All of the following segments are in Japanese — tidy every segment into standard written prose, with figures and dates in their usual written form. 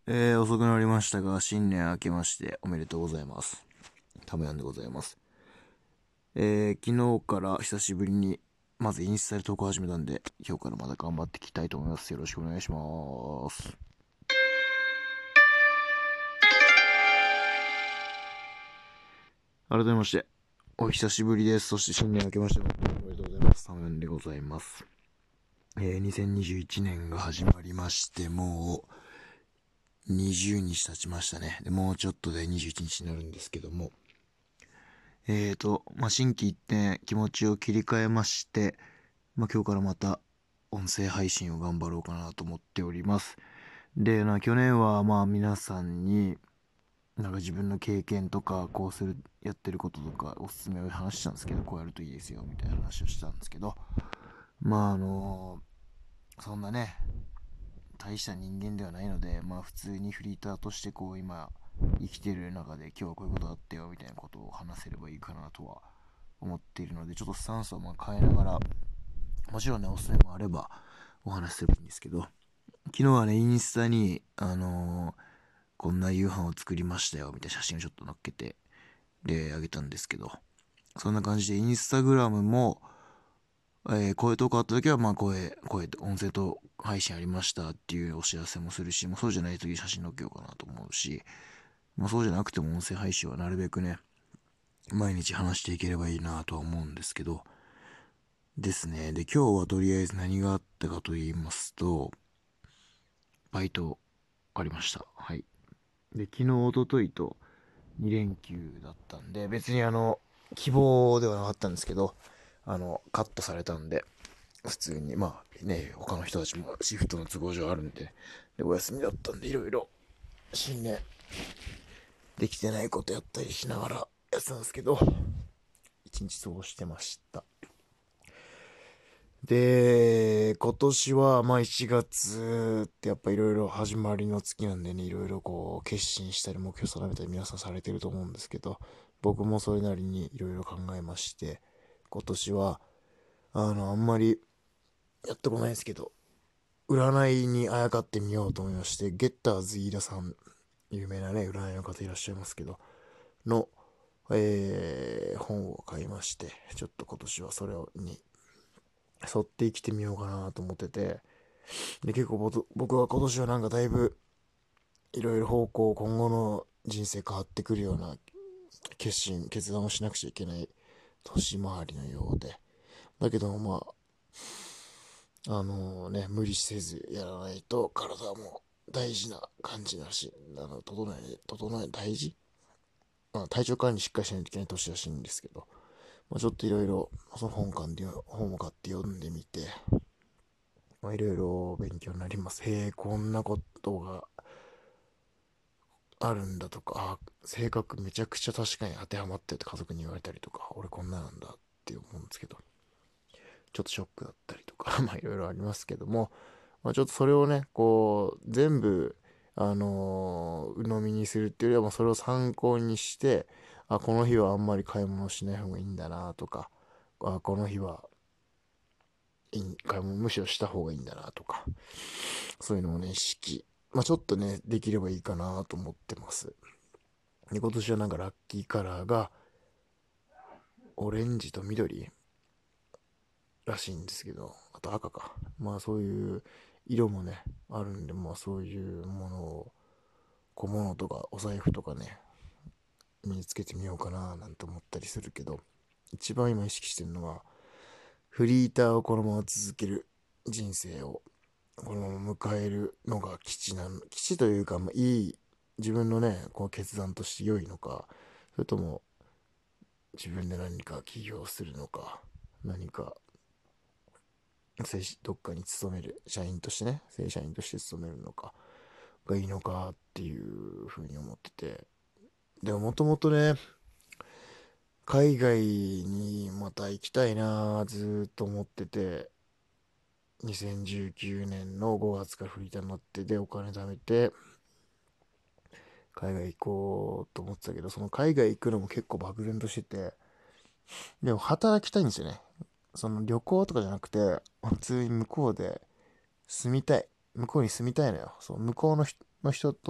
遅くなりましたが、新年明けましておめでとうございます。たむやんでございます。昨日から久しぶりに、まずインスタで投稿始めたんで、今日からまた頑張っていきたいと思います。よろしくお願いします。改めまして、お久しぶりです。そして新年明けましておめでとうございます。たむやんでございます。2021年が始まりまして、もう20日経ちましたね。でもうちょっとで21日になるんですけども、心機一転気持ちを切り替えまして、今日からまた音声配信を頑張ろうかなと思っております。で、去年は皆さんに自分の経験とかこうするやってることとかおすすめを話したんですけど、こうやるといいですよみたいな話をしたんですけど、そんなね大した人間ではないので、普通にフリーターとしてこう今生きてる中で今日はこういうことあったよみたいなことを話せればいいかなとは思っているので、ちょっとスタンスを変えながら、もちろんねおすすめもあればお話しすればいいんですけど、昨日はねインスタにこんな夕飯を作りましたよみたいな写真をちょっと載っけてであげたんですけど、そんな感じでインスタグラムも、声とかあった時は声音声と配信ありましたっていうお知らせもするし、もうそうじゃない時写真載っけようかなと思うし、そうじゃなくても音声配信はなるべくね毎日話していければいいなとは思うんですけどですね。で、今日はとりあえず何があったかと言いますと、バイトありました。はい。で、昨日、一昨日と2連休だったんで、別に希望ではなかったんですけど、カットされたんで、普通に、他の人たちもシフトの都合上あるんで、で、お休みだったんで、いろいろ、新年、できてないことやったりしながらやってたんですけど、一日過ごしてました。で、今年は1月ってやっぱいろいろ始まりの月なんでね、いろいろこう決心したり目標定めたり皆さんされてると思うんですけど、僕もそれなりにいろいろ考えまして、今年はあんまりやってこないですけど、占いにあやかってみようと思いまして、ゲッターズ飯田さん、有名なね、占いの方いらっしゃいますけど、の、本を買いまして、ちょっと今年はそれに沿って生きてみようかなと思ってて、で結構僕は今年はだいぶいろいろ方向、今後の人生変わってくるような決断をしなくちゃいけない年回りのようで、だけど無理せずやらないと体も大事な感じだし、整え大事、体調管理しっかりしないといけない年らしいんですけど、ちょっといろいろその本を買って読んでみて、いろいろ勉強になります。へえ、こんなことがあるんだとか、性格めちゃくちゃ確かに当てはまってって家族に言われたりとか、俺こんななんだって思うんですけど、ちょっとショックだったりとか、いろいろありますけども、ちょっとそれをね、こう、全部、鵜呑みにするっていうよりは、それを参考にして、この日はあんまり買い物しない方がいいんだなとか、この日買い物むしろした方がいいんだなとか、そういうのをね、意識、ちょっとね、できればいいかなと思ってます。で、今年はラッキーカラーがオレンジと緑らしいんですけど、あと赤か。そういう色もね、あるんで、そういうものを、小物とかお財布とかね、身につけてみようかななんて思ったりするけど、一番今意識してるのは、フリーターをこのまま続ける人生を、このまま迎えるのが基地というか、いい、自分のね、こう決断として良いのか、それとも自分で何か起業するのか、何かどっかに勤める社員としてね、正社員として勤めるのかがいいのかっていうふうに思ってて、でももともとね、海外にまた行きたいなずーっと思ってて、2019年の5月からフリーターになって、でお金貯めて海外行こうと思ってたけど、その海外行くのも結構漠然としてて、でも働きたいんですよね。その旅行とかじゃなくて、普通に向こうで住みたい。向こうに住みたいのよ。そう、向こうの人、 の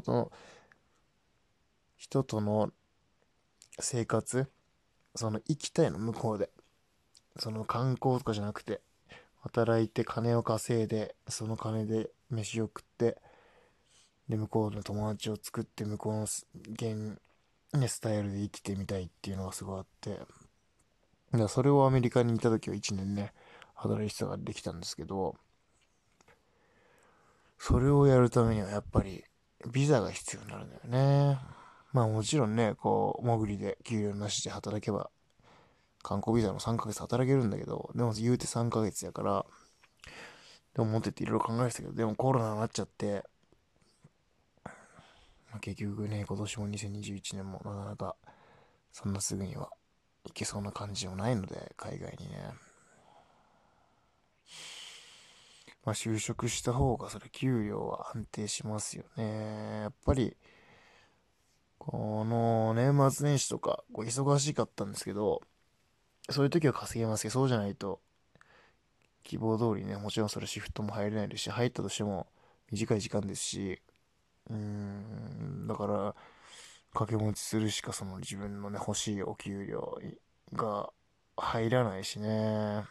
人との生活、その生きたいの向こうで、その観光とかじゃなくて、働いて金を稼いで、その金で飯を食って、で向こうの友達を作って、向こうのスタイルで生きてみたいっていうのがすごいあって、だからそれをアメリカにいた時は1年ね、働いてたからできたんですけど、それをやるためにはやっぱりビザが必要になるんだよね。まあもちろんね、こう、潜りで給料なしで働けば、観光ビザも3ヶ月働けるんだけど、でも言うて3ヶ月やから、でも持ってっていろいろ考えてたけど、でもコロナになっちゃって、まあ、結局ね、今年も2021年もなかなか、そんなすぐには行けそうな感じもないので、海外にね。まあ就職した方がそれ給料は安定しますよね。やっぱり、この年末年始とか、こう忙しかったんですけど、そういう時は稼げますけど、そうじゃないと、希望通りね、もちろんそれシフトも入れないですし、入ったとしても短い時間ですし、だから、掛け持ちするしかその自分のね、欲しいお給料が入らないしね。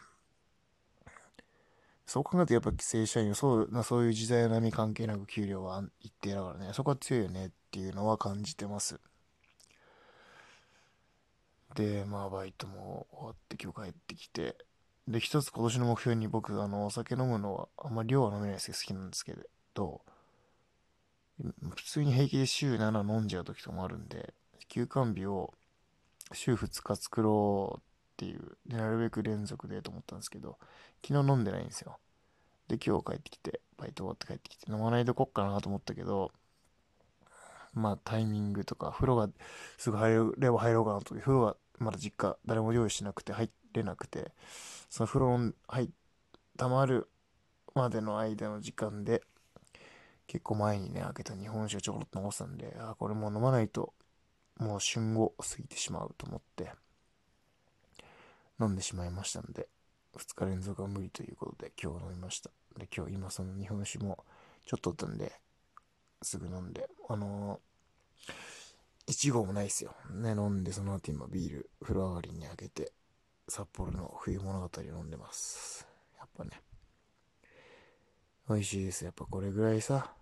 そう考えるとやっぱ正社員はそういう時代並み関係なく給料は一定だからね、そこは強いよねっていうのは感じてます。で、まあバイトも終わって今日帰ってきて、で、一つ今年の目標に僕、お酒飲むのは、あんまり量は飲めないですけど好きなんですけど、普通に平気で週7飲んじゃう時とかもあるんで、休館日を週2日作ろうっていう、でなるべく連続でと思ったんですけど、昨日飲んでないんですよ。で、今日帰ってきて、バイト終わって帰ってきて、飲まないでこっかなと思ったけど、まあタイミングとか、風呂がすぐ入れば入ろうかなと、風呂がまだ実家誰も用意しなくて入れなくて、その風呂に溜まるまでの間の時間で、結構前にね、開けた日本酒をちょこっと飲ませたんで、これもう飲まないと、もう旬を過ぎてしまうと思って、飲んでしまいましたんで、2日連続は無理ということで、今日飲みました。で、今日今その日本酒もちょっとあったんで、すぐ飲んで、1合もないですよ。ね、飲んで、その後今ビール、風呂上がりに開けて、札幌の冬物語を飲んでます。やっぱね、美味しいです。やっぱこれぐらいさ、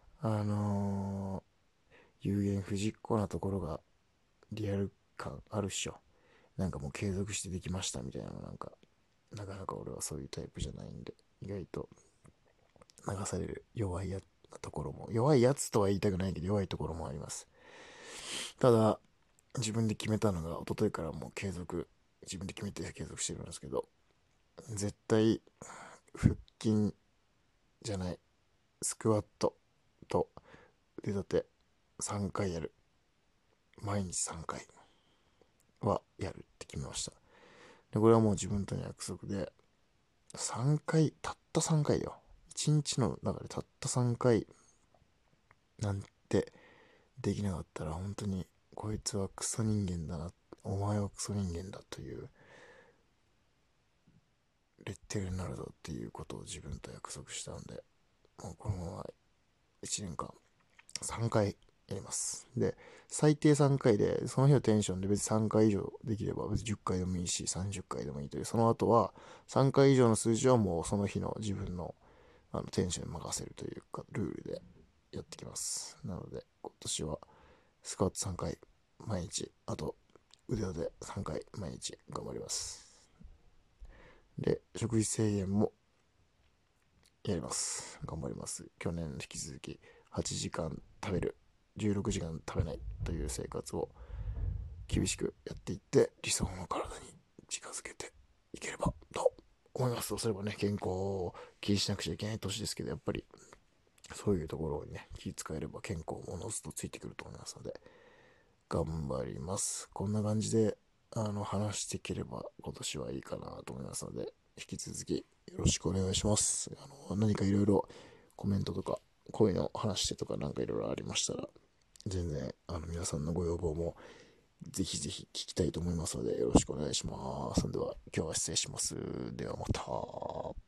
有言不実行なところがリアル感あるっしょ。なんかもう継続してできましたみたいなのなんか、なかなか俺はそういうタイプじゃないんで、意外と流される弱いところも、弱いやつとは言いたくないけど弱いところもあります。ただ、自分で決めたのが一昨日からもう自分で決めて継続してるんですけど、絶対腹筋じゃない、スクワットと腕立て3回やる。毎日3回はやるって決めました。で、これはもう自分との約束で、3回、たった3回だよ。1日の中でたった3回なんてできなかったら本当にこいつはクソ人間だな、お前はクソ人間だというレッテルになるぞっていうことを自分と約束したんで、もうこのまま1年間3回やります。で、最低3回で、その日のテンションで別に3回以上できれば別に10回でもいいし、30回でもいいという、その後は3回以上の数字はもうその日の自分のテンションに任せるというか、ルールでやってきます。なので、今年はスクワット3回毎日、あと腕立て3回毎日頑張ります。で、食事制限もやります。頑張ります。去年引き続き8時間食べる、16時間食べないという生活を厳しくやっていって、理想の体に近づけていければと思います。そうすればね、健康を気にしなくちゃいけない年ですけど、やっぱりそういうところにね、気遣えれば健康もおのずとついてくると思いますので、頑張ります。こんな感じで、話していければ今年はいいかなと思いますので、引き続きよろしくお願いします。何かいろいろコメントとか、こういうの話してとかなんかいろいろありましたら、全然、皆さんのご要望もぜひぜひ聞きたいと思いますので、よろしくお願いします。それでは、今日は失礼します。ではまた。